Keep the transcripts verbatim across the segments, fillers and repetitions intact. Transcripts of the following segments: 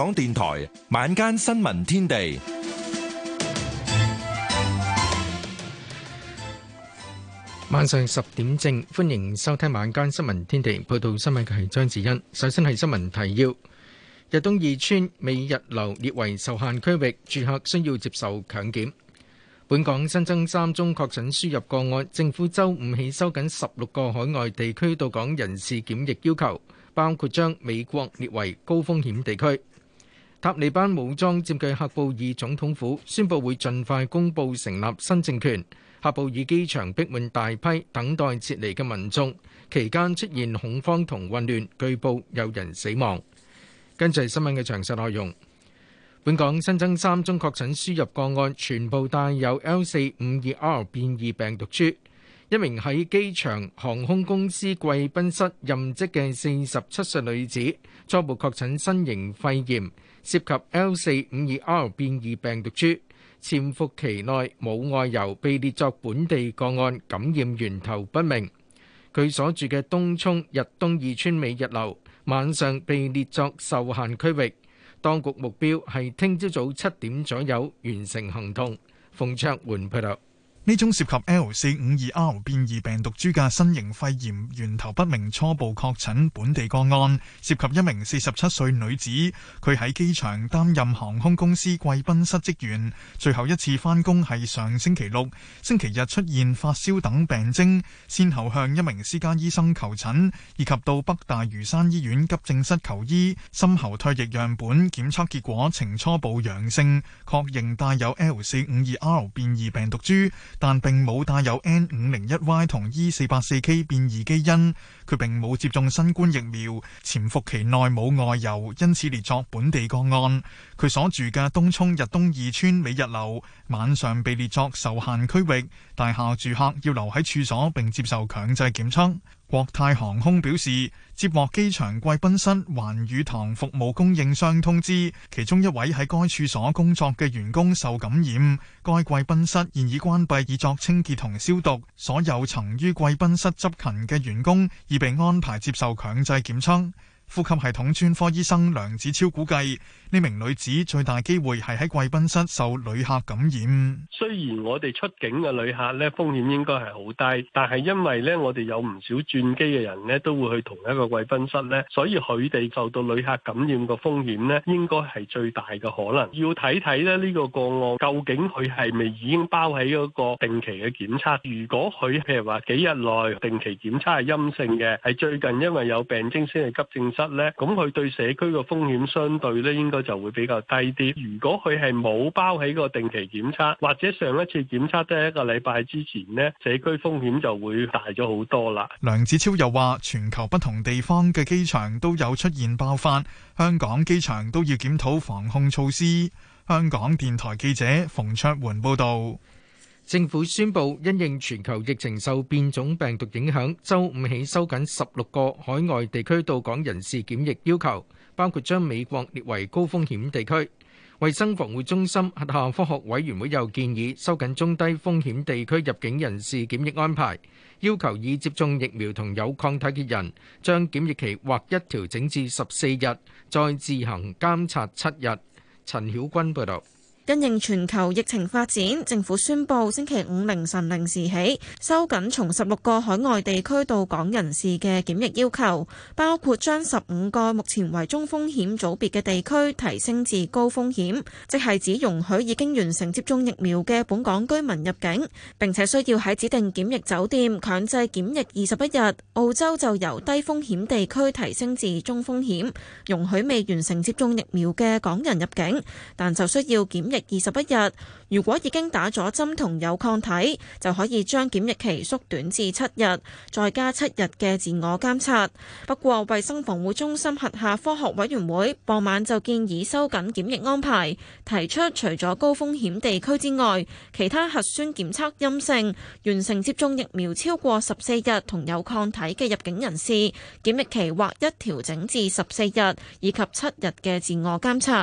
港電台晚間新聞天地， 晚上十點正，歡迎收聽晚間新聞天地。報道新聞嘅係張子欣。首先係新聞提要：日東二村美日樓列為受限區域，住客需要接受強檢。本港新增三宗確診輸入個案，政府週五起收緊十六個海外地區到港人士檢疫要求，包括將美國列為高風險地區。塔利班武裝佔據喀布爾總統府，宣布會盡快公布成立新政權。喀布爾機場逼滿大批等待撤離嘅民眾，期間出現恐慌同混亂，據報有人死亡。跟住係新聞嘅詳細內容。本港新增三宗確診輸入個案，全部帶有 L 四五二 R 變異病毒株。一名喺機場航空公司貴賓室任職嘅四十七歲女子，初步確診新型肺炎，涉及 L 四五二 R 變異病毒株，潛伏期內冇外遊，被列作本地個案，感染源頭不明。佢所住嘅東涌日東二村美日樓，晚上被列作受限區域。當局目標係聽朝早七點左右完成行動。馮卓桓報道。 呢宗涉及 L 四五二 R 變異病毒株嘅新型肺炎源頭不明初步確診本地個案，涉及一名四十七歲女子。佢喺機場擔任航空公司貴賓室職員，最後一次返工係上星期六，星期日出現發燒等病徵，先後向一名私家醫生求診，以及到北大嶼山醫院急症室求醫。深喉唾液樣本檢測結果呈初步陽性，確認帶有 L 四五二 R 變異病毒株，但並冇帶有 N 五零一 Y 同 E 四八四 K 變異基因，佢並冇接種新冠疫苗，潛伏期內冇外遊，因此列作本地個案。佢所住嘅東涌日東二村美日樓，晚上被列作受限區域，大廈住客要留喺處所並接受強制檢測。國泰航空表示，接獲機場貴賓室環宇堂服務供應商通知，其中一位喺該處所工作嘅員工受感染，該貴賓室現已關閉以作清潔同消毒，所有曾於貴賓室執勤嘅員工已被安排接受強制檢測。呼吸系統專科醫生梁子超估計，呢名女子最大機會係喺貴賓室受旅客感染。 雖然我哋出境嘅旅客咧風險應該係好低，但係因為咧我哋有唔少轉機嘅人咧都會去同一個貴賓室咧，所以佢哋受到旅客感染嘅風險咧應該係最大嘅可能。要睇睇咧呢個個案究竟佢係咪已經包喺嗰個定期嘅檢測。如果佢譬如話幾日內定期檢測係陰性嘅，係最近因為有病徵先係急症室咧，咁佢對社區嘅風險相對咧應該就會比較低啲。如果佢係冇包喺個定期檢測，或者上一次檢測都係一個禮拜之前呢，社區風險就會大咗好多啦。 梁子超又話，全球不同地方嘅機場都有出現爆發，香港機場都要檢討防控措施。香港電台記者馮卓桓報道。 政府宣布，因應全球疫情受變種病毒影響，週五起收緊十六個海外地區到港人士檢疫要求，包括將美國列為高風險地區。衛生防護中心轄下科學委員會又建議收緊中低風險地區入境人士檢疫安排，要求已接種疫苗同有抗體嘅人將檢疫期劃一調整至十四日，再自行監察七日。陳曉君報導。 因應全球疫情發展，政府宣布星期五凌晨零時起，收緊從十六個海外地區到港人士嘅檢疫要求，包括將十五個目前為中風險組別嘅地區提升至高風險，即係只容許已經完成接種疫苗嘅本港居民入境，並且需要喺指定檢疫酒店強制檢疫二十一日。澳洲就由低風險地區提升至中風險，容許未完成接種疫苗嘅港人入境，但就需要檢疫二十一日，如果已經打咗針同有抗體，就可以將檢疫期縮短至七日，再加七日嘅自我監察。不過，衛生防護中心轄下科學委員會傍晚就建議收緊檢疫安排，提出除咗高風險地區之外，其他核酸檢測陰性、完成接種疫苗超過十四日同有抗體嘅入境人士，檢疫期劃一調整至十四日，以及七日嘅自我監察。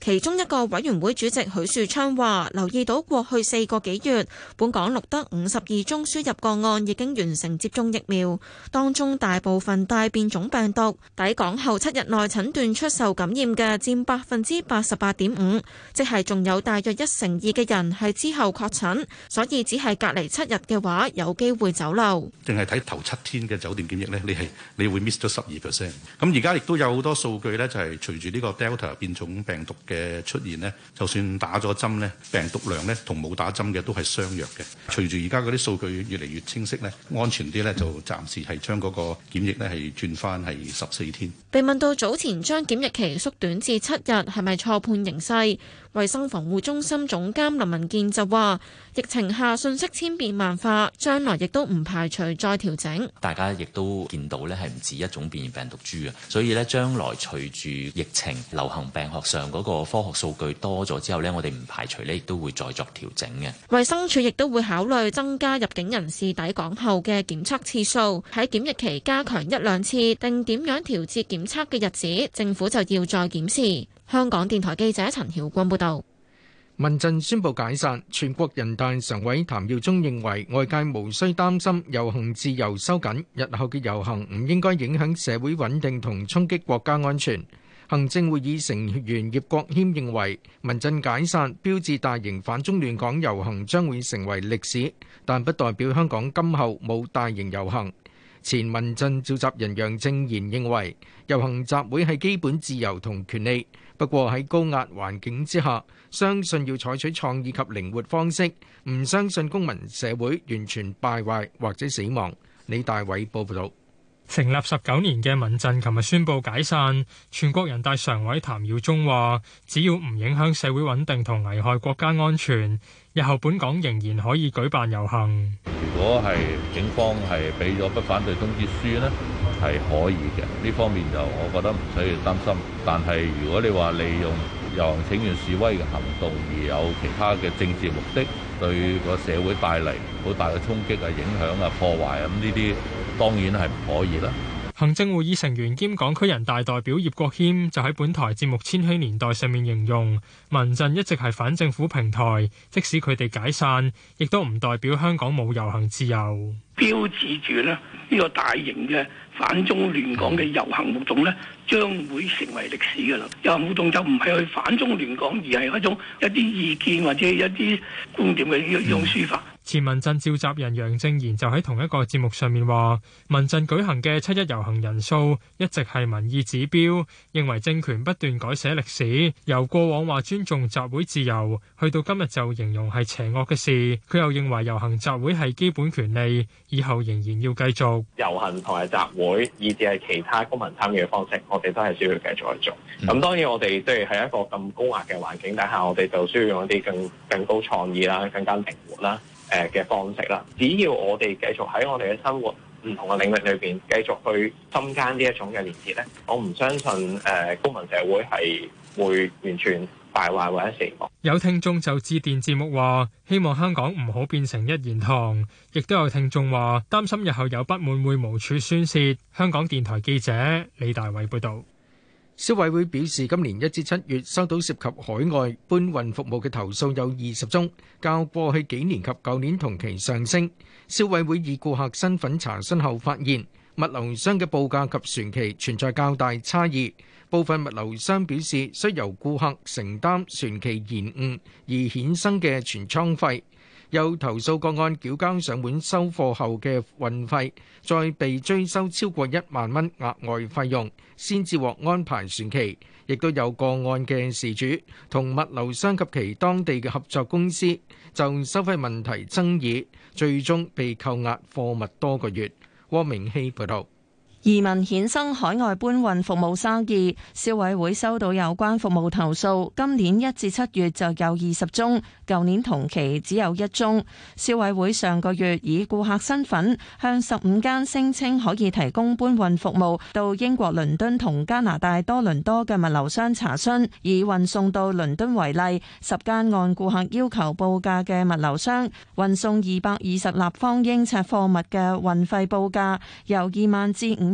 其中一個委員會主席許樹昌話，留意到過去四個幾月，本港錄得五十二宗輸入個案已經完成接種疫苗，當中大部分帶變種病毒，抵港後七日內診斷出受感染嘅佔百分之八十八點五，即係仲有大約一成二嘅人係之後確診，所以只係隔離七日嘅話，有機會走漏。 淨係睇頭七天嘅酒店檢疫呢，你係你會 miss 咗十二 percent。咁而家亦都有好多數據呢，就係隨住呢個 Delta 變種病毒嘅出現呢，就算打咗針呢，病毒量呢同冇打針嘅都係相若嘅。隨住而家嗰啲數據越嚟越清晰呢，安全啲呢，就暫時係將嗰個檢疫呢係轉翻係十四天。 被問到早前將檢疫期縮短至七日係咪錯判形勢，衛生防護中心總監林文健就話：疫情下信息千變萬化，將來亦都唔排除再調整。 大家亦都見到咧係唔止一種變異病毒株啊，所以咧將來隨住疫情流行病學上嗰個科學數據多咗之後咧，我哋唔排除咧亦都會再作調整嘅。 衛生署亦都會考慮增加入境人士抵港後嘅檢測次數，喺檢疫期加強一兩次，定點樣調節檢測嘅日子，政府就要再檢視。香港電台記者陳曉君報道。 民陣宣布解散，全國人大常委譚耀宗認為外界無需擔心遊行自由收緊，日後嘅遊行唔應該影響社會穩定同衝擊國家安全。行政會議成員葉國謙認為民陣解散標誌大型反中亂港遊行將會成為歷史，但不代表香港今後冇大型遊行。前民陣召集人楊政賢認為遊行集會係基本自由同權利，不過喺高壓環境之下，相信要採取創意及靈活方式，唔相信公民社會完全敗壞或者死亡。李大偉報道。 成立十九年嘅民陣琴日宣布解散，全國人大常委譚耀宗話：只要唔影響社會穩定同危害國家安全，日後本港仍然可以舉辦遊行。 如果係警方係俾咗不反對通知書呢，係可以嘅。呢方面就我覺得唔需要擔心。但係如果你話利用遊行請願示威嘅行動而有其他嘅政治目的，對個社會帶嚟好大嘅衝擊啊、影響啊、破壞啊，咁呢啲當然係唔可以啦。 行政會議成員兼港區人大代表葉國謙就喺本台節目《千禧年代》上面形容，民陣一直係反政府平台，即使佢哋解散，亦都唔代表香港冇遊行自由。 標誌住咧呢個大型嘅反中亂港嘅遊行活動咧，將會成為歷史㗎啦。遊行活動就唔係去反中亂港，而係一種一啲意見或者一啲觀點嘅一種抒發。 前民陣召集人楊政賢就喺同一個節目上面話，民陣舉行嘅七一遊行人數一直係民意指標，認為政權不斷改寫歷史，由過往話尊重集會自由，去到今日就形容係邪惡嘅事。佢又認為遊行集會係基本權利，以後仍然要繼續遊行同埋集會，以至係其他公民參與嘅方式，我哋都係需要繼續去做。咁、嗯、當然我哋都係喺一個咁高壓嘅環境底下，我哋就需要用一啲更更高創意啦、更加靈活啦。誒嘅方式啦，只要我哋繼續喺我哋嘅生活唔同嘅領域裏邊繼續去深耕呢一種嘅連結咧，我唔相信誒公民社會係會完全敗壞或者死亡。 有聽眾就致電節目話，希望香港唔好變成一言堂，亦都有聽眾話擔心日後有不滿會無處宣泄。香港電台記者李大偉報導。 消委會表示，今年一至七月收到涉及海外搬運服務嘅投訴有二十宗，較過去幾年及舊年同期上升。消委會以顧客身份查詢後發現，物流商嘅報價及船期存在較大差異，部分物流商表示需由顧客承擔船期延誤而衍生嘅存倉費。有投訴個案繳交上門收貨後嘅運費，再被追收超過一萬蚊額外費用，先至獲安排船期。亦都有個案嘅事主同物流商及其當地嘅合作公司就收費問題爭議，最終被扣押貨物多個月。汪明希報導。 移民衍生海外搬運服務生意，消委會收到有關服務投訴，今年一至七月就有二十宗，舊年同期只有一宗。消委會上個月以顧客身份向十五間聲稱可以提供搬運服務到英國倫敦同加拿大多倫多嘅物流商查詢，以運送到倫敦為例，十間按顧客要求報價嘅物流商運送二百二十立方英尺貨物嘅運費報價由二萬至五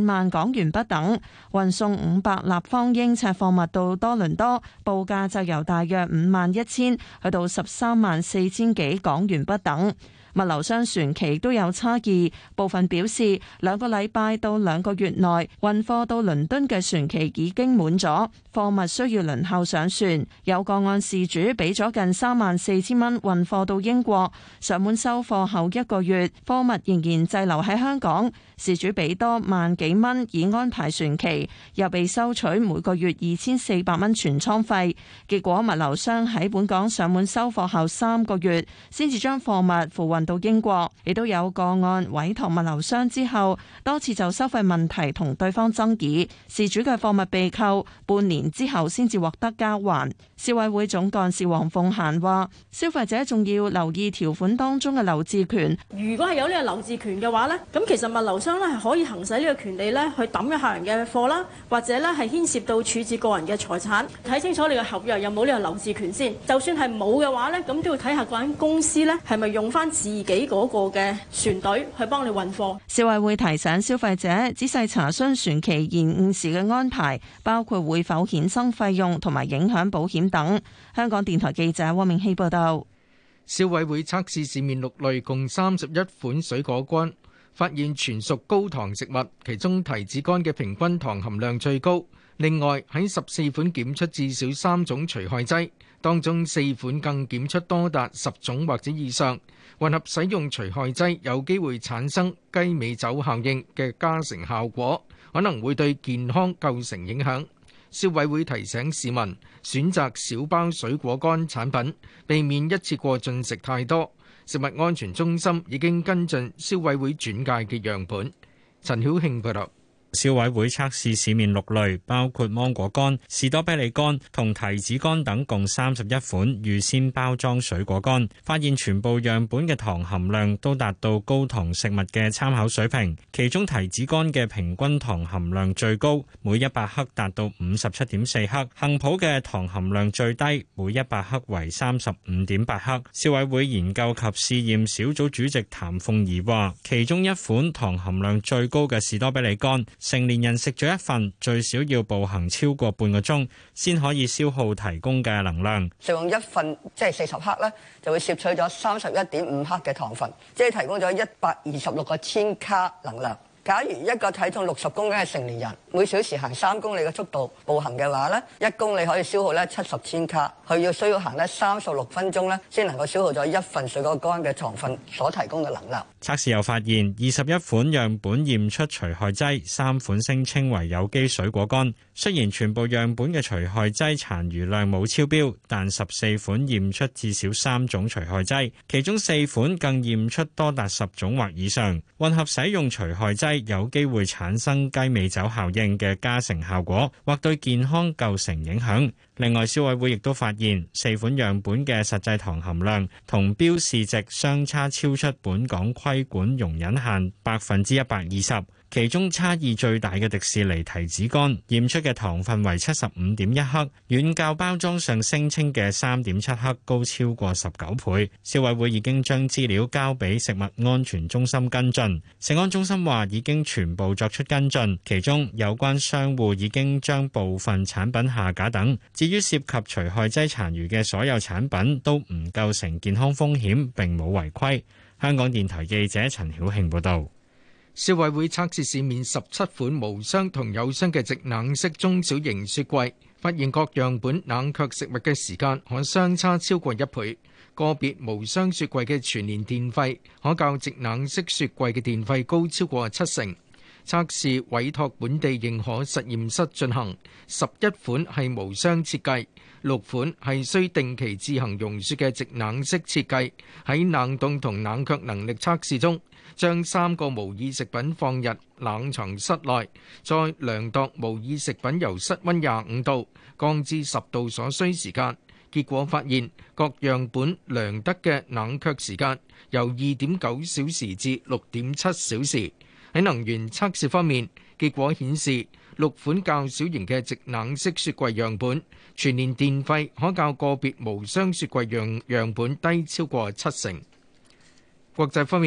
五萬港元不等，運送五百立方英尺貨物到多倫多，報價就由大約五萬一千去到十三萬四千幾港元不等。物流商船期都有差異，部分表示兩個禮拜到兩個月內運貨到倫敦嘅船期已經滿咗，貨物需要輪候上船。有個案事主俾咗近三萬四千蚊運貨到英國，上門收貨後一個月，貨物仍然滯留喺香港，事主俾多萬幾蚊以安排船期，又被收取每個月二千四百蚊全倉費。結果物流商喺本港上門收貨後三個月，先至將貨物付運到英國。亦都有個案委託物流商之後，多次就收費問題同對方爭議，事主嘅貨物被扣，半年之後先至獲得交還。消委會總幹事黃鳳嫻話：消費者仲要留意條款當中嘅留置權。 如果係有呢個留置權嘅話呢，咁其實物流商咧係可以行使呢個權利咧，去抌咗客人嘅貨啦，或者咧係牽涉到處置個人嘅財產。睇清楚你嘅合約有冇呢個留置權先。就算係冇嘅話呢，咁都要睇下嗰間公司呢係咪用翻自己嗰個嘅船隊去幫你運貨。 消委會提醒消費者仔細查詢船期延誤時嘅安排，包括會否衍生費用同埋影響保險等。香港電台記者汪明希報道。 消委會測試市面六類共三十一款水果乾，發現全屬高糖食物，其中提子乾嘅平均糖含量最高。另外喺十四款檢出至少三種除害劑，當中四款更檢出多達十種或者以上。混合使用除害劑有機會產生雞尾酒效應嘅加成效果，可能會對健康構成影響。消委會提醒市民選擇小包水果乾產品，避免一次過進食太多。食物安全中心已經跟進消委會轉介嘅樣本。陳曉慶報道。 消委會測試市面六類，包括芒果乾、士多啤梨乾同提子乾等，共三十一款預先包裝水果乾，發現全部樣本嘅糖含量都達到高糖食物嘅參考水平。其中提子乾嘅平均糖含量最高，每一百克達到五十七點四克；杏脯嘅糖含量最低，每一百克為三十五點八克。消委會研究及試驗小組主席譚鳳儀話，其中一款糖含量最高嘅士多啤梨乾，成年人食咗一份，最少要步行超過半個鐘，先可以消耗提供嘅能量。 食用一份即係四十克咧，就會攝取咗三十一點五克嘅糖分，即係提供咗一百二十六個千卡能量。假如一個體重六十公斤嘅成年人，每小時行三公里嘅速度步行嘅話咧，一公里可以消耗咧七十千卡，佢要需要行咧三十六分鐘咧，先能夠消耗咗一份水果乾嘅糖分所提供嘅能量。 測試又發現，二十一款樣本驗出除害劑，三款聲稱為有機水果乾。雖然全部樣本嘅除害劑殘餘量冇超標，但十四款驗出至少三種除害劑，其中四款更驗出多達十種或以上。混合使用除害劑有機會產生雞尾酒效應嘅加成效果，或對健康構成影響。另外，消委會亦都發現四款樣本嘅實際糖含量同標示值相差超出本港規管容忍限百分之一百二十。其中差異最大嘅迪士尼提子乾驗出嘅糖分為七十五點一克，遠較包裝上聲稱嘅三點七克高超過十九倍。消委會已經將資料交俾食物安全中心跟進，食安中心話已經全部作出跟進，其中有關商戶已經將部分產品下架等。至於涉及除害劑殘餘嘅所有產品都唔構成健康風險，並冇違規。香港電台記者陳曉慶報導。 消委會測試市面十七款無霜同有霜嘅直冷式中小型雪櫃，發現各樣本冷卻食物嘅時間可相差超過一倍。個別無霜雪櫃嘅全年電費可較直冷式雪櫃嘅電費高超過七成。測試委託本地認可實驗室進行，十一款係無霜設計，六款係需定期自行溶雪嘅直冷式設計。喺冷凍同冷卻能力測試中，將三個模擬食品放入冷藏室內，再量度模擬食品由室溫廿五度降至十度所需時間。結果發現，各樣本量得嘅冷卻時間由二點九小時至六點七小時。喺能源測試方面，結果顯示六款較小型嘅直冷式雪櫃樣本，全年電費可較個別無霜雪櫃樣樣本低超過七成。國際方面，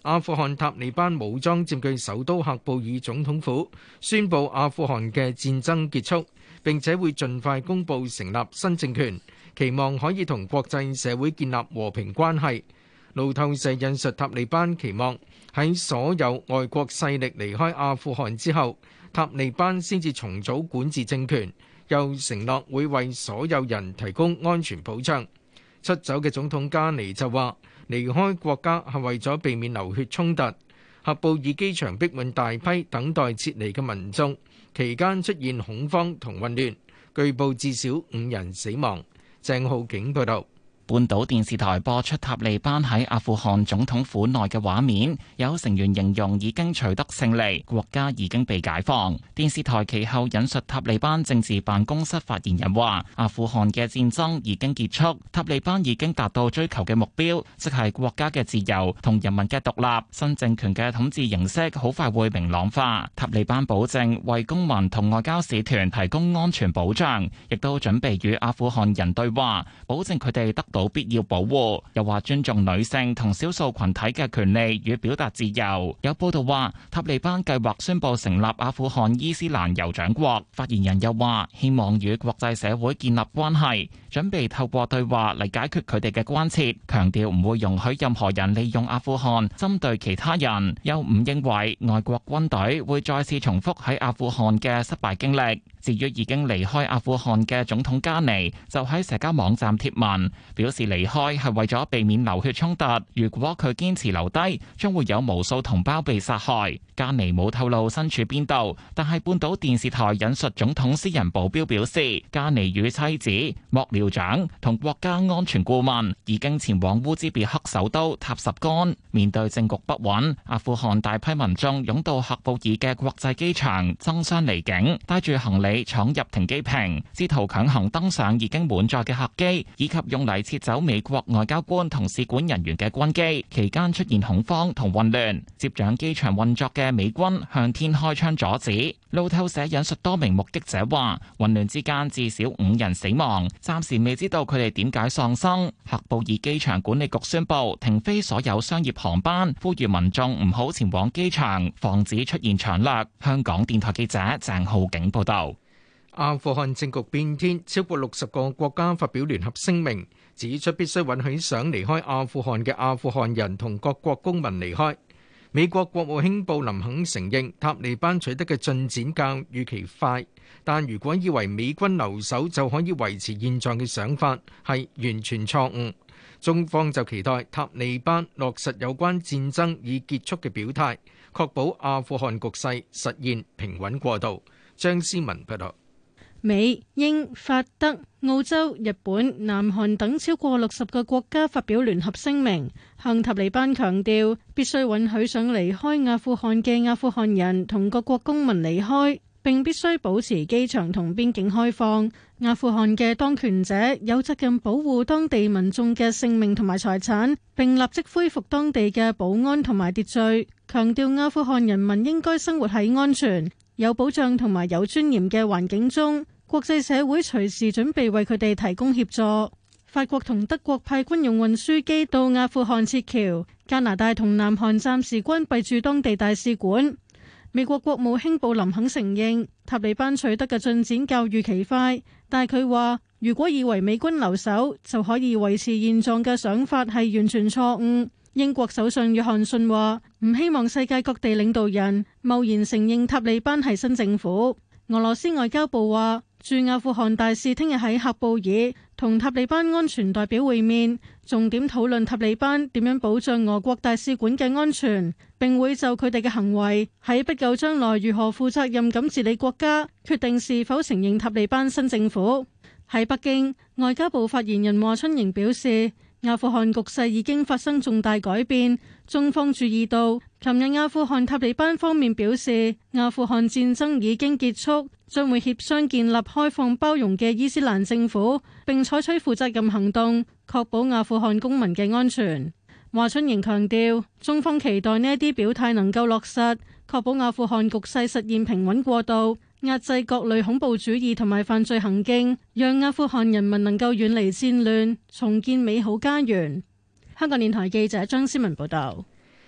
阿富汗塔利班武裝佔據首都喀布爾總統府，宣布阿富汗嘅戰爭結束，並且會盡快公布成立新政權，期望可以同國際社會建立和平關係。路透社引述塔利班期望喺所有外國勢力離開阿富汗之後，塔利班先至重組管治政權，又承諾會為所有人提供安全保障。出走嘅總統加尼就話，離開國家係為咗避免流血衝突。喀布爾機場逼滿大批等待撤離嘅民眾，期間出現恐慌同混亂，據報至少五人死亡。鄭浩景報道。 半島電視台播出塔利班喺阿富汗總統府內嘅畫面，有成員形容已經取得勝利，國家已經被解放。電視台其後引述塔利班政治辦公室發言人話，阿富汗嘅戰爭已經結束，塔利班已經達到追求嘅目標，即係國家嘅自由同人民嘅獨立。新政權嘅統治形式好快會明朗化。塔利班保證為公民同外交使團提供安全保障，亦都準備與阿富汗人對話，保證佢哋得到必要保護，又話尊重女性同少數群體嘅權利與表達自由。有報道話，塔利班計劃宣布成立阿富汗伊斯蘭酋長國。發言人又話，希望與國際社會建立關係，準備透過對話嚟解決佢哋嘅關切，強調唔會容許任何人利用阿富汗針對其他人，又唔認為外國軍隊會再次重複喺阿富汗嘅失敗經歷。至於已經離開阿富汗嘅總統加尼，就喺社交網站貼文，表示離開係為咗避免流血衝突。如果佢堅持留低，將會有無數同胞被殺害。加尼冇透露身處邊度，但係半島電視台引述總統私人保鏢表示，加尼與妻子、幕僚長同國家安全顧問已經前往烏茲別克首都塔什干。面對政局不穩，阿富汗大批民眾湧到喀布爾嘅國際機場爭相離境，帶住行李闖入停機坪，試圖強行登上已經滿載嘅客機，以及用嚟撤走美國外交官同使館人員嘅軍機。期間出現恐慌同混亂，接掌機場運作嘅美軍向天開槍阻止。路透社引述多名目擊者話，混亂之間至少五人死亡，暫時未知道佢哋點解喪生。喀布爾機場管理局宣布停飛所有商業航班，呼籲民眾唔好前往機場，防止出現搶掠。香港電台記者鄭浩景報道。 阿富汗政局變天，超過六十個國家發表聯合聲明，指出必須允許想離開阿富汗嘅阿富汗人同各國公民離開。美國國務卿布林肯承認塔利班取得嘅進展較預期快，但如果以為美軍留守就可以維持現狀嘅想法係完全錯誤。中方就期待塔利班落實有關戰爭已結束嘅表態，確保阿富汗局勢實現平穩過渡。張思文報道。 美、英、法、德、澳洲、日本、南韓等超過六十個國家發表聯合聲明，向塔利班強調必須允許想離開阿富汗嘅阿富汗人同各國公民離開，並必須保持機場同邊境開放。阿富汗嘅當權者有責任保護當地民眾嘅性命同埋財產，並立即恢復當地嘅保安同埋秩序，強調阿富汗人民應該生活喺安全、有保障同埋有尊嚴嘅環境中。國際社會隨時準備為佢哋提供協助。法國同德國派軍用運輸機到阿富汗撤僑，加拿大同南韓暫時關閉駐當地大使館。美國國務卿布林肯承認塔利班取得嘅進展較預期快，但係佢話如果以為美軍留守就可以維持現狀嘅想法係完全錯誤。英國首相約翰遜話唔希望世界各地領導人貿然承認塔利班係新政府。俄羅斯外交部話，駐阿富汗大使聽日喺喀布爾同塔利班安全代表會面，重點討論塔利班點樣保障俄國大使館嘅安全，並會就佢哋嘅行為喺不久將來如何負責任咁治理國家，決定是否承認塔利班新政府。喺北京，外交部發言人華春瑩表示，阿富汗局勢已經發生重大改變，中方注意到，琴日阿富汗塔利班方面表示，阿富汗戰爭已經結束，將會協商建立開放包容嘅伊斯蘭政府，並採取負責任行動，確保阿富汗公民嘅安全。華春瑩強調，中方期待呢一啲表態能夠落實，確保阿富汗局勢實現平穩過渡，壓制各類恐怖主義同埋犯罪行徑，讓阿富汗人民能夠遠離戰亂，重建美好家園。香港電台記者張思文報道。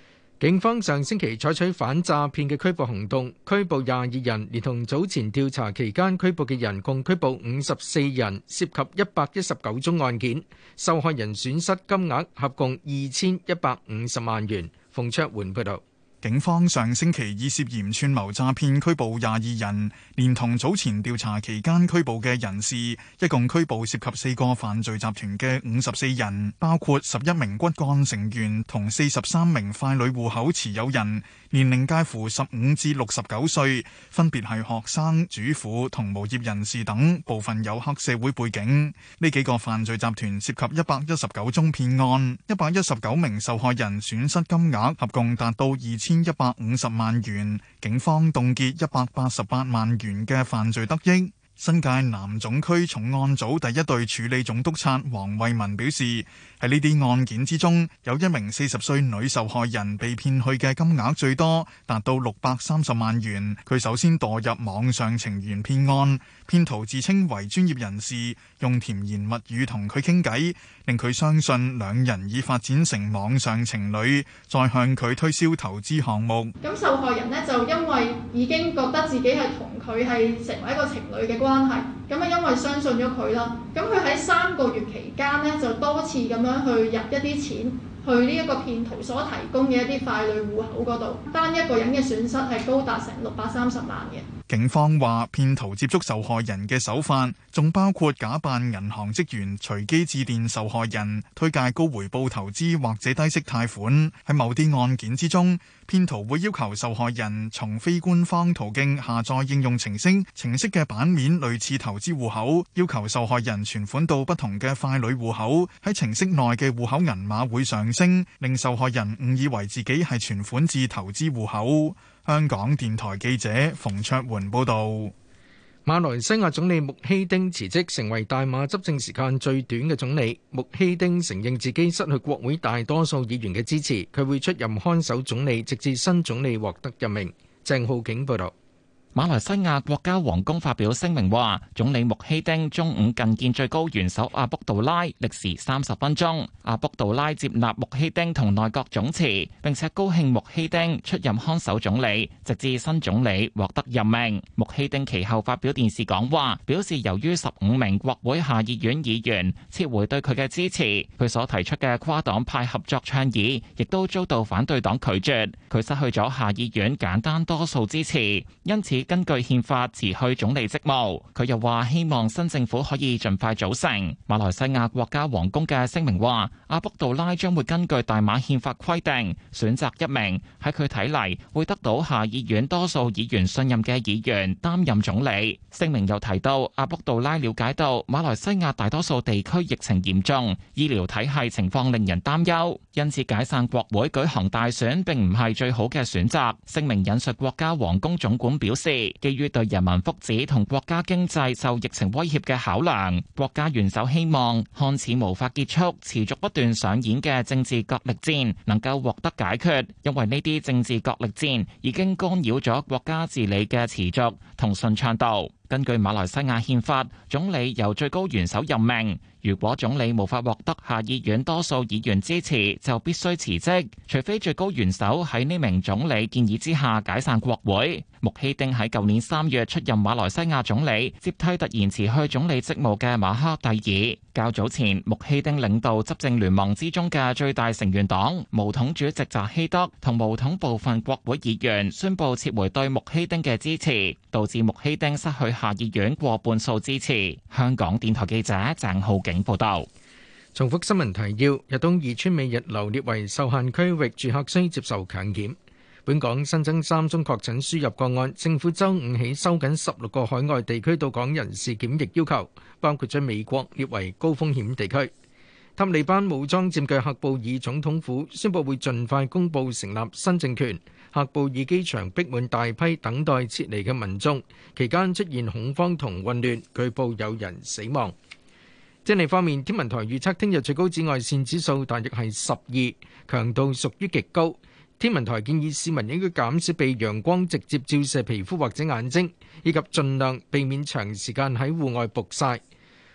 警方上星期採取反詐騙嘅拘捕行動，拘捕廿二人，連同早前調查期間拘捕嘅人，共拘捕五十四人，涉及一百一十九宗案件，受害人損失金額合共二千一百五十萬元。馮卓桓報導。 警方上星期以涉嫌串謀詐騙拘捕廿二人，連同早前調查期間拘捕嘅人士，一共拘捕涉及四個犯罪集團嘅五十四人，包括十一名骨幹成員同四十三名傀儡戶口持有人，年齡介乎十五至六十九歲，分別係學生、主婦同無業人士等，部分有黑社會背景。呢幾個犯罪集團涉及一百一十九宗騙案，一百一十九名受害人損失金額合共達到二千一百五十萬元，警方凍結一百八十八萬元嘅犯罪得益。新界南總區重案組第一隊處理總督察黃慧文表示，喺呢啲案件之中，有一名四十歲女受害人被騙去嘅金額最多，達到六百三十萬元。佢首先墮入網上情緣騙案，騙徒自稱為專業人士，用甜言蜜語同佢傾偈，令佢相信兩人已發展成網上情侶，再向佢推銷投資項目。 咁受害人呢，就因為已經覺得自己係同佢係成為一個情侶嘅關係，咁啊因為相信咗佢啦，咁佢喺三個月期間呢，就多次咁樣去入一啲錢去呢一個騙徒所提供嘅一啲傀儡戶口嗰度，單一個人嘅損失係高達成六百三十萬嘅。 警方話，騙徒接觸受害人嘅手法，仲包括假扮銀行職員，隨機致電受害人，推介高回報投資或者低息貸款。喺某啲案件之中，騙徒會要求受害人從非官方途徑下載應用程式，程式嘅版面類似投資戶口，要求受害人存款到不同嘅傀儡戶口，喺程式內嘅戶口銀碼會上升，令受害人誤以為自己係存款至投資戶口。香港電台記者馮卓桓報道。 馬來西亞總理穆希丁辭職，成為大馬執政時間最短嘅總理。穆希丁承認自己失去國會大多數議員嘅支持，佢會出任看守總理，直至新總理獲得任命。鄭浩景報道。 馬來西亞國家皇宮發表聲明話，總理穆希丁中午覲見最高元首阿卜杜拉，歷時三十分鐘。阿卜杜拉接納穆希丁同內閣總辭，並且高興穆希丁出任看守總理，直至新總理獲得任命。穆希丁其後發表電視講話，表示由於十五名國會下議院議員撤回對佢嘅支持，佢所提出嘅跨黨派合作倡議亦都遭到反對黨拒絕，佢失去咗下議院簡單多數支持，因此根據憲法辭去總理職務。佢又話希望新政府可以盡快組成。馬來西亞國家皇宮嘅聲明話，阿卜杜拉將會根據大馬憲法規定選擇一名喺佢睇嚟會得到下議院多數議員信任嘅議員擔任總理。聲明又提到，阿卜杜拉了解到馬來西亞大多數地區疫情嚴重，醫療體系情況令人擔憂，因此解散國會舉行大選並唔係最好嘅選擇。聲明引述國家皇宮總管表示，基於對人民福祉同國家經濟受疫情威脅嘅考量，國家元首希望看似無法結束、持續不斷上演嘅政治角力戰能夠獲得解決，因為呢啲政治角力戰已經干擾咗國家治理嘅持續同順暢度。根據馬來西亞憲法，總理由最高元首任命。如果總理無法獲得下議院多數議員支持，就必須辭職，除非最高元首喺呢名總理建議之下解散國會。穆希丁喺舊年三月出任馬來西亞總理，接替突然辭去總理職務嘅馬哈蒂爾。較早前，穆希丁領導執政聯盟之中嘅最大成員黨巫統主席扎希德同巫統部分國會議員宣布撤回對穆希丁嘅支持，導致穆希丁失去下議院過半數支持。香港電台記者鄭浩景報道。 重複新聞提要：日東二村美日樓列為受限區域，住客需接受強檢。本港新增三宗確診輸入個案，政府週五起收緊十六個海外地區到港人士檢疫要求，包括將美國列為高風險地區。塔利班武裝佔據喀布爾總統府，宣布會盡快公布成立新政權。喀布爾機場逼滿大批等待撤離嘅民眾，期間出現恐慌同混亂，據報有人死亡。天氣方面，天文台預測聽日最高紫外線指數大約係十二，強度屬於極高。天文台建議市民應該減少被陽光直接照射皮膚或者眼睛，以及盡量避免長時間喺戶外曝曬。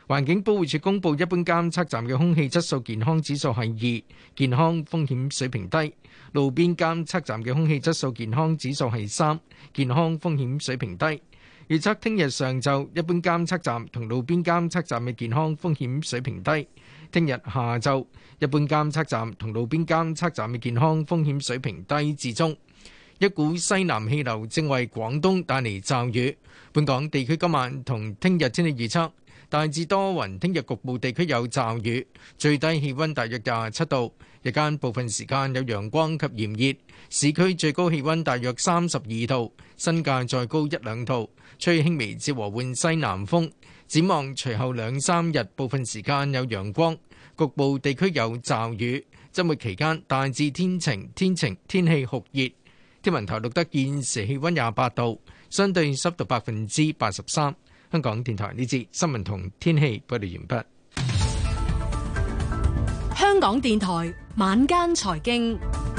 環境保護署公布，一般監測站嘅空氣質素健康指數係二，健康風險水平低；路邊監測站嘅空氣質素健康指數係三，健康風險水平低。預測聽日上晝一般監測站同路邊監測站嘅健康風險水平低；聽日下晝一般監測站同路邊監測站嘅健康風險水平低至中。一股西南氣流正為廣東帶嚟驟雨，本港地區今晚同聽日天氣預測大致多雲，聽日局部地區有驟雨，最低氣溫大約廿七度，日間部分時間有陽光及炎熱，市區最高氣溫大約三十二度，新界再高一兩度，吹輕微至和緩西南風。展望隨後兩三日，部分時間有陽光，局部地區有驟雨，週末期間大致天晴，天晴天氣酷熱。天文台錄得現時氣溫廿八度，相對濕度百分之八十三。香港電台呢節新聞同天氣報道完畢。 香港電台晚間財經，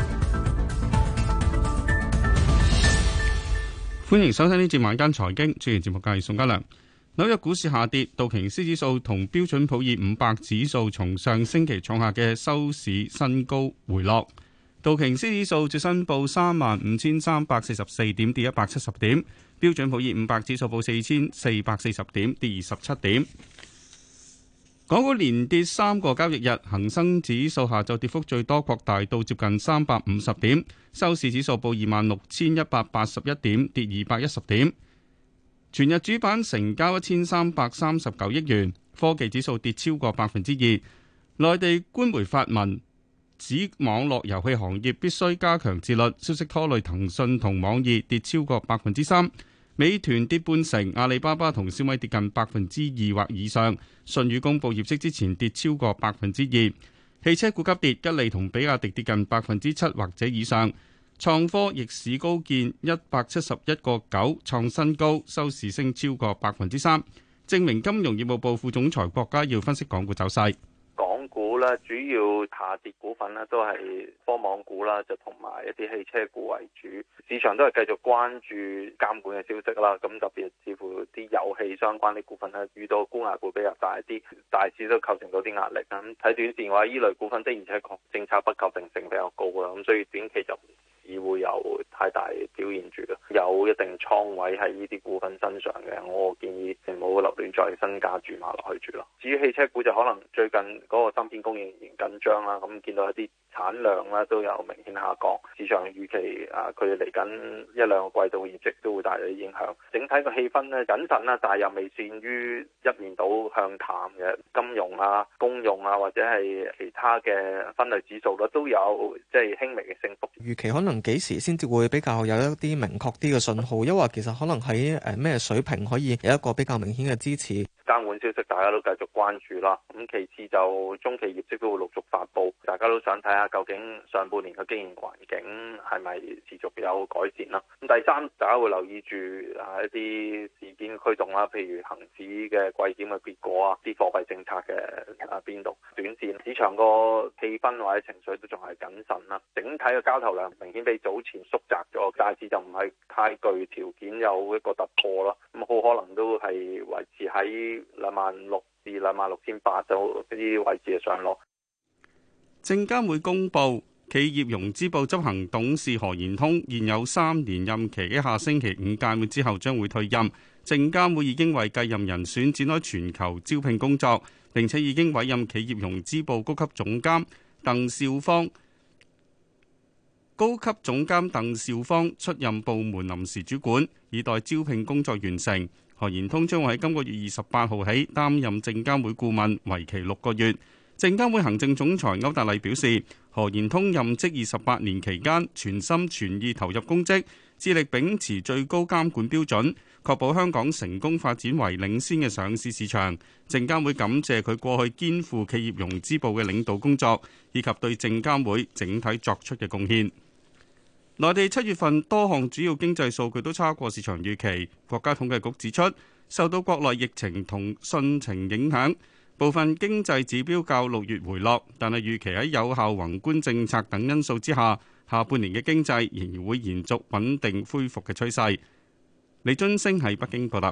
歡迎收聽呢節晚間財經。主持節目嘅係宋家良。紐約股市下跌，道瓊斯指數同標準普爾五百指數從上星期創下嘅收市新高回落。道瓊斯指數最新報三萬五千三百四十四點，跌一百七十點。標準普爾五百指數報四千四百四十點，跌二十七點。港股連跌三個交易日，恒生指數下晝跌幅最多擴大到接近三百五十點，收市指數報二萬六千一百八十一點，跌二百一十點。全日主板成交一千三百三十九億元，科技指數跌超過百分之二。內地官媒發文指網絡遊戲行業必須加強自律，消息拖累騰訊同網易跌超過百分之三。美團跌半成，阿里巴巴同小米跌近百分之二或以上。舜宇公布業績之前跌超過百分之二。汽車股急跌，吉利同比亞迪跌近百分之七或者以上。創科逆市高見一百七十一個九，創新高，收市升超過百分之三。正明金融業務部副總裁郭家耀分析港股走勢。 港股咧主要下跌股份咧都係科網股啦，就同埋一啲汽車股為主。市場都係繼續關注監管嘅消息啦。咁特別似乎啲遊戲相關啲股份咧遇到沽壓會比較大啲，大市都構成到啲壓力。咁睇短線嘅話，依類股份的而且確政策不確定性比較高啦。咁所以短期就只會有太大表現住，有一定倉位喺呢啲股份身上嘅，我建議唔好立亂再新加注碼落去住咯。至於汽車股就可能最近嗰個芯片供應仍然緊張啦，咁見到一啲產量咧都有明顯下降，市場預期啊佢哋嚟緊一兩個季度業績都會帶嚟影響。整體個氣氛咧謹慎啦，但係又未至於一面倒向淡嘅。金融啊、公用啊或者係其他嘅分類指數咧都有即係輕微嘅升幅。 預期可能幾時先至會比較有一啲明確啲嘅信號，抑或其實可能喺誒咩水平可以有一個比較明顯嘅支持？ 監管消息大家都繼續關注啦，咁其次就中期業績都會陸續發布，大家都想睇下究竟上半年嘅經營環境係咪持續有改善啦。咁第三，大家會留意住啊一啲事件驅動啦，譬如恒指嘅季檢嘅結果啊，啲貨幣政策嘅啊變動，短線市場個氣氛或者情緒都仲係謹慎啦。整體嘅交投量明顯比早前縮窄咗，大致就唔係太具條件有一個突破啦。咁好可能都係維持喺兩萬六至兩萬六千八就呢啲位置嘅上落。 證監會公布，企業融資部執行董事何延通現有三年任期，喺下星期五屆滿之後將會退任。證監會已經為繼任人選展開全球招聘工作，並且已經委任企業融資部高級總監鄧少芳高級總監鄧少芳出任部門臨時主管，以待招聘工作完成。何延通將會喺今個月二十八號起擔任證監會顧問，為期六個月。證監會行政總裁歐達禮表示，何延通任職二十八年期間，全心全意投入公職，致力秉持最高監管標準，確保香港成功發展為領先嘅上市市場。證監會感謝佢過去肩負企業融資部嘅領導工作，以及對證監會整體作出嘅貢獻。內地七月份多項主要經濟數據都差過市場預期。國家統計局指出，受到國內疫情同汛情影響，部分經濟指標較六月回落，但係預期喺有效宏觀政策等因素之下，下半年嘅經濟仍然會延續穩定恢復嘅趨勢。李津升喺北京報道。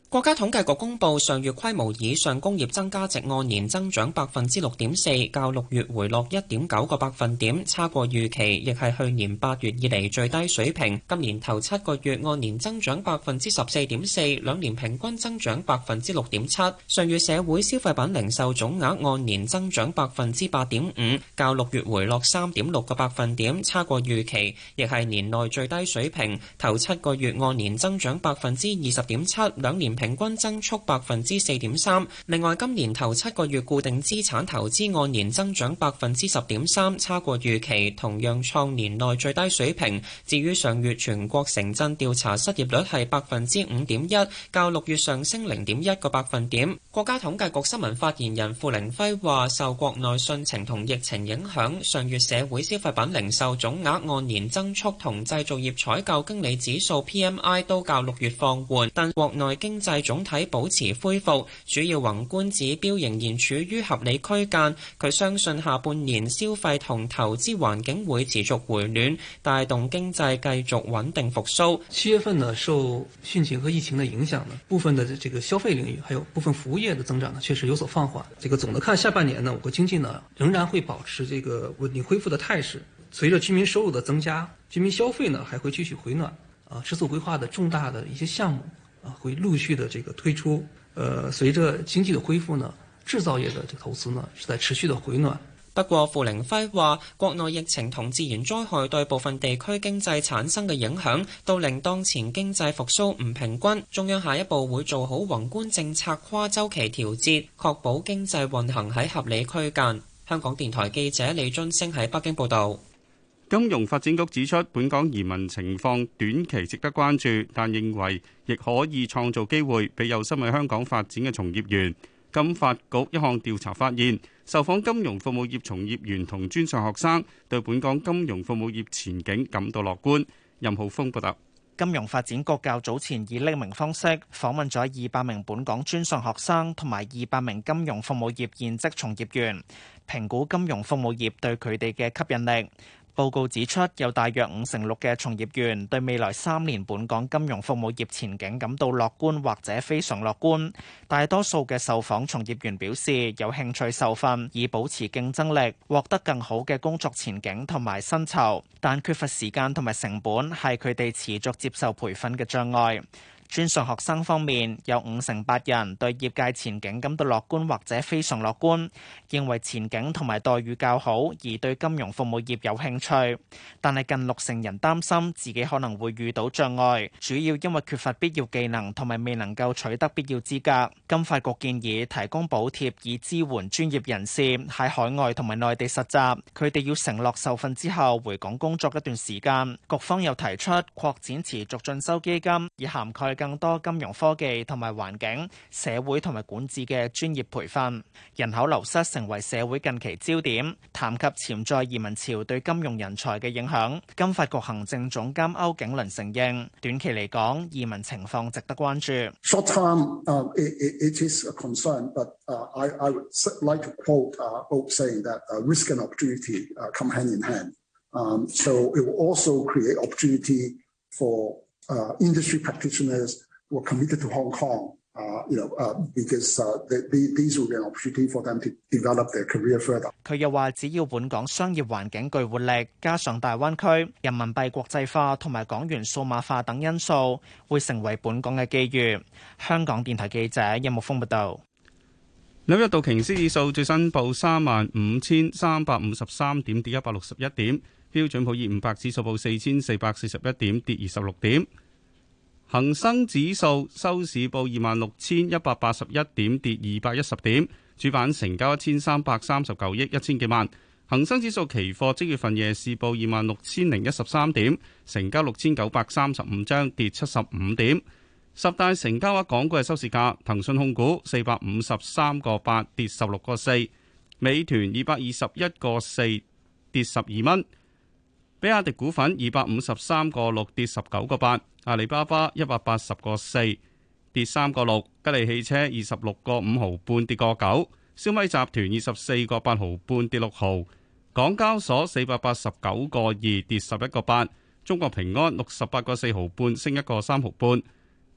國家統計局公布上月規模以上工業增加值按年增長百分之六點四，較六月回落一點九個百分點，差過預期，亦係去年八月以嚟最低水平。今年頭七個月按年增長百分之十四點四，兩年平均增長百分之六點七。上月社會消費品零售總額按年增長百分之八點五，較六月回落三點六個百分點，差過預期，亦係年內最低水平。頭七個月按年增長百分之二十點七，兩年平均增速百分之四點三。另外，今年頭七個月固定資產投資按年增長百分之十點三，差過預期，同樣創年內最低水平。至於上月全國城鎮調查失業率係百分之五點一，較六月上升零點一個百分點。國家統計局新聞發言人付凌暉話：受國內汛情同疫情影響，上月社會消費品零售總額按年增速同製造業採購經理指數 P M I 都較六月放緩，但國內經濟總體保持恢復，主要宏觀指標仍然處於合理區間。佢相信下半年消費同投資環境會持續回暖，帶動經濟繼續穩定復甦。 七月份呢，受汛情和疫情的影響呢，部分的這個消費領域，還有部分服務業的增長呢，確實有所放緩。這個總的看，下半年呢，我國經濟呢仍然會保持這個穩定恢復的態勢。隨着居民收入的增加，居民消費呢還會繼續回暖。啊，十四五規劃的重大的一些項目啊，會陸續的這個推出。呃，隨着經濟的恢復呢，製造業的這個投資呢是在持續的回暖。 不過，付凌暉話，國內疫情同自然災害對部分地區經濟產生嘅影響，都令當前經濟復甦唔平均。中央下一步會做好宏觀政策跨週期調節，確保經濟運行喺合理區間。香港電台記者李津升喺北京報導。 金融發展局指出，本港移民情況短期值得關注，但認為亦可以創造機會俾有心喺香港發展嘅從業員。金發局一項調查發現，受訪金融服務業從業員同專上學生對本港金融服務業前景感到樂觀。任浩峰報道。 金融發展局較早前以匿名方式訪問咗二百名本港專上學生同埋二百名金融服務業現職從業員，評估金融服務業對佢哋嘅吸引力。報告指出，有大約五成六嘅從業員對未來三年本港金融服務業前景感到樂觀或者非常樂觀。大多數嘅受訪從業員表示有興趣受訓，以保持競爭力，獲得更好嘅工作前景同埋薪酬，但缺乏時間同埋成本係佢哋持續接受培訓嘅障礙。專上學生方面，有五成八人對業界前景感到樂觀或者非常樂觀，認為前景同埋待遇較好，而對金融服務業有興趣。但係近六成人擔心自己可能會遇到障礙，主要因為缺乏必要技能同埋未能夠取得必要資格。金發局建議提供補貼以支援專業人士喺海外同埋內地實習，佢哋要承諾受訓之後回港工作一段時間。局方又提出擴展持續進修基金，以涵蓋更多金融科技同埋環境、社會同埋管治嘅專業培訓。人口流失成為社會近期焦點，談及潛在移民潮對金融人才嘅影響，金發局行政總監歐景倫承認，短期嚟講，移民情況值得關注。 Short term, uh, it, it is a concern, but uh, I, I would like to quote uh, both saying that uh, risk and opportunity uh, come hand in hand. Um, so it will also create opportunity for Uh, industry practitioners who are committed to Hong Kong, uh, you know, uh, because uh, they, these will be an opportunity for them to develop their career further. 佢又話，只要本港商業環境具活力，加上大灣區、人民幣國際化同埋港元數碼化等因素，會成為本港嘅機遇。香港電台記者任木峰報道。 紐約道瓊斯指數最新報三萬五千三百五十三點，跌一百六十一點。標準普爾五百指數報四千四百四十一點，跌二十六點。恒生指數收市報二萬六千一百八十一點，跌二百一十點。主板成交一千三百三十九億一千幾萬。恒生指數期貨即月份夜市報二萬六千零一十三點，成交六千九百三十五張，跌七十五點。十大成交額港股嘅收市價：騰訊控股四百五十三個八，跌十六個四；美團二百二十一個四，跌十二蚊。比亞迪股份二百五十三個六，跌十九個八，阿里巴巴一百八十個四，跌三個六，吉利汽車二十六個五毫半，跌個九，小米集團二十四個八毫半，跌六毫，港交所四百八十九個二，跌十一個八，中國平安六十八個四毫半，升一個三毫半，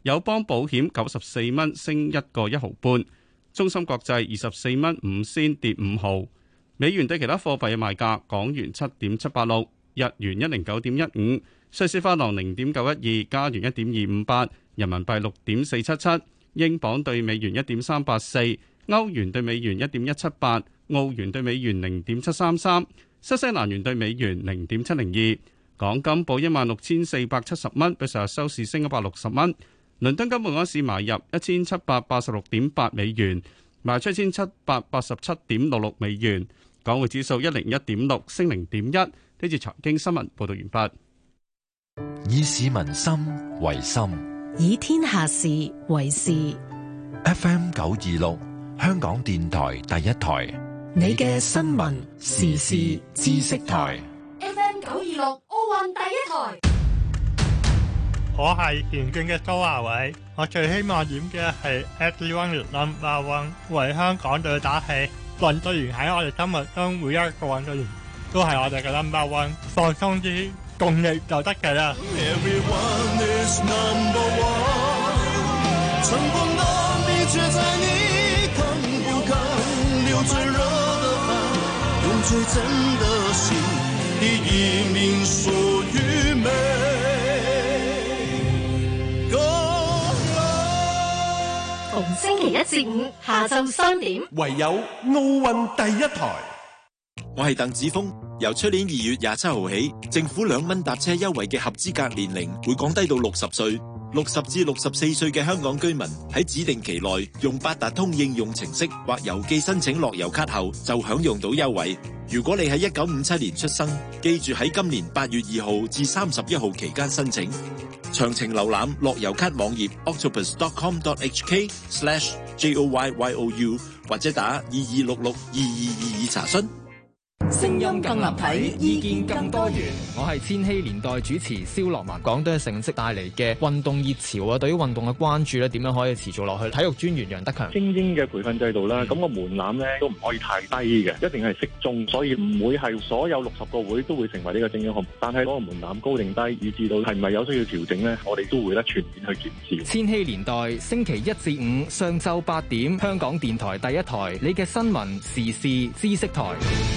友邦保險九十四蚊升一個一毫半，中芯國際二十四蚊五仙跌五毫。美元對其他貨幣嘅賣價：港元七點七八六，日元一零九點一五，瑞士法郎零點九一二，加元一點二五八，人民幣六點四七七，英鎊對美元一點三八四，歐元對美元一點一七八，澳元對美元零點七三三，新西蘭元對美元零點七零二。港金報一萬六千四百七十蚊，比上日收市升一百六十蚊。倫敦金每盎司買入一千七百八十六點八美元，賣出一千七百八十七點六六美元。港匯指數一零一點六，升零點一。呢節財經新聞報道完畢。 以市民心為心， 以天下事為事。 F M 九二六，香港電台第一台， 你嘅新聞時事知識台。 F M 九二六，奧運第一台。 我係田徑嘅蘇亞偉，我最希望演嘅係 Everyone is number one， 為香港隊打氣。運動員喺我哋心目中每一個運動員都係我哋嘅 number one， 放鬆啲，共力就得嘅啦。Everyone is number one， 成功的秘訣在你肯不肯流最熱的汗，用最真的心，第一名屬於美。 逢星期一至五下晝三點， 唯有奧運第一台。 我係鄧子峰。由出年二月廿七號起，政府兩蚊搭車優惠嘅合資格年齡會降低到六十歲。六十至六十四歲嘅香港居民喺指定期內用八達通應用程式或郵寄申請樂悠卡後，就享用到優惠。如果你喺一九五七年出生，記住喺今年八月二號至三十一號期間申請。詳情瀏覽樂悠卡網頁 octopus dot com dot h k slash j o y y o u 或者打二二六六二二二二查詢。 聲音更立體，意見更多元。 我係千禧年代主持蕭樂文。港隊嘅成績帶嚟嘅運動熱潮啊，對於運動嘅關注咧，點樣可以持續落去？體育專員楊德強， 精英嘅培訓制度啦，咁個門檻咧都唔可以太低嘅，一定係適中，所以唔會係所有六十個會都會成為呢個精英項目。但係嗰個門檻高定低，以至到係咪有需要調整咧，我哋都會咧全面去檢視。 千禧年代星期一至五上晝八點，香港電台第一台，你嘅新聞時事知識台。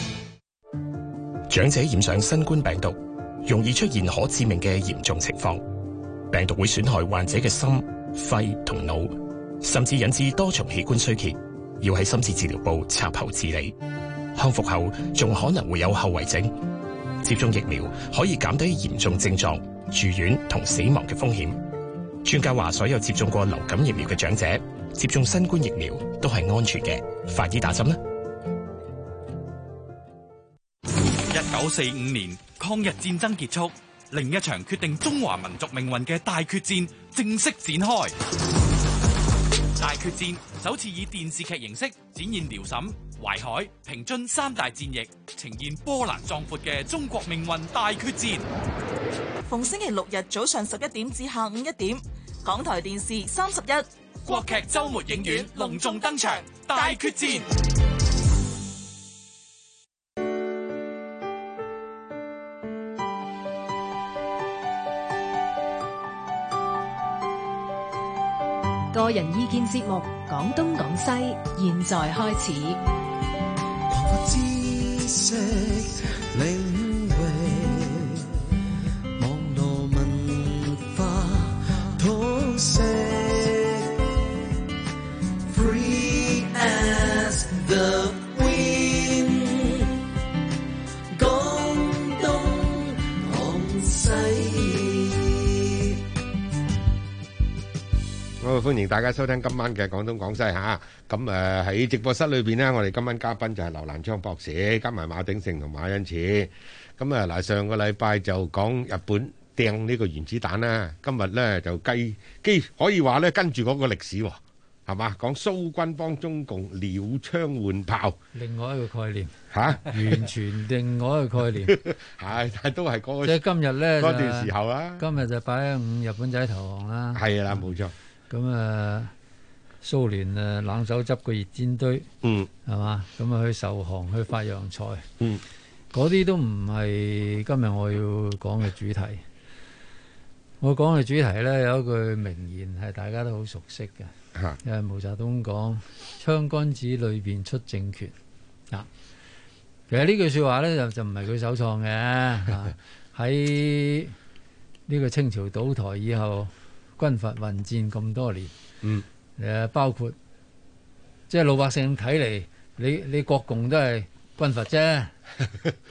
長者染上新冠病毒，容易出現可致命嘅嚴重情況。病毒會損害患者嘅心、肺同腦，甚至引致多重器官衰竭，要喺深切治療部插喉治理。康復後仲可能會有後遺症。接種疫苗可以減低嚴重症狀、住院同死亡嘅風險。專家話，所有接種過流感疫苗嘅長者接種新冠疫苗都係安全嘅，快啲打針啦！ 一九四五年抗日戰爭結束，另一場決定中華民族命運嘅大決戰正式展開。大決戰首次以電視劇形式展現遼瀋、淮海、平津三大戰役，呈現波瀾壯闊嘅中國命運大決戰。 逢星期六日早上十一點至下午一點，港台電視三十一， 國劇週末影院隆重登場，大決戰。 個人意見節目《講東講西》，現在開始。 好，歡迎大家收聽今晚嘅廣東廣西嚇。咁誒喺直播室裏邊呢，我哋今晚嘉賓就係劉瀾昌博士，加埋馬鼎盛同馬恩賜。咁啊嗱，上個禮拜就講日本掟呢個原子彈啦，今日咧就繼基可以話咧跟住嗰個歷史喎，係嘛？講蘇軍幫中共鳥槍換炮， 另外一個概念嚇， 完全另外一個概念係，但係都係嗰即係今日咧嗰段時候啦。 今日就擺喺五日本仔投降啦， 係啦，冇錯。 咁啊，蘇聯誒冷手執個熱煎堆， 嗯， 係嘛？咁啊去受降，去發洋財， 嗯， 嗰啲都唔係今日我要講嘅主題。 我講嘅主題呢，有一句名言係大家都好熟悉嘅，因為毛澤東講槍桿子裏邊出政權啊。其實呢句説話呢，就就唔係佢首創嘅，喺呢個清朝倒台以後，軍閥混戰咁多年， 嗯， 誒包括即係老百姓睇嚟，你你國共都係軍閥啫。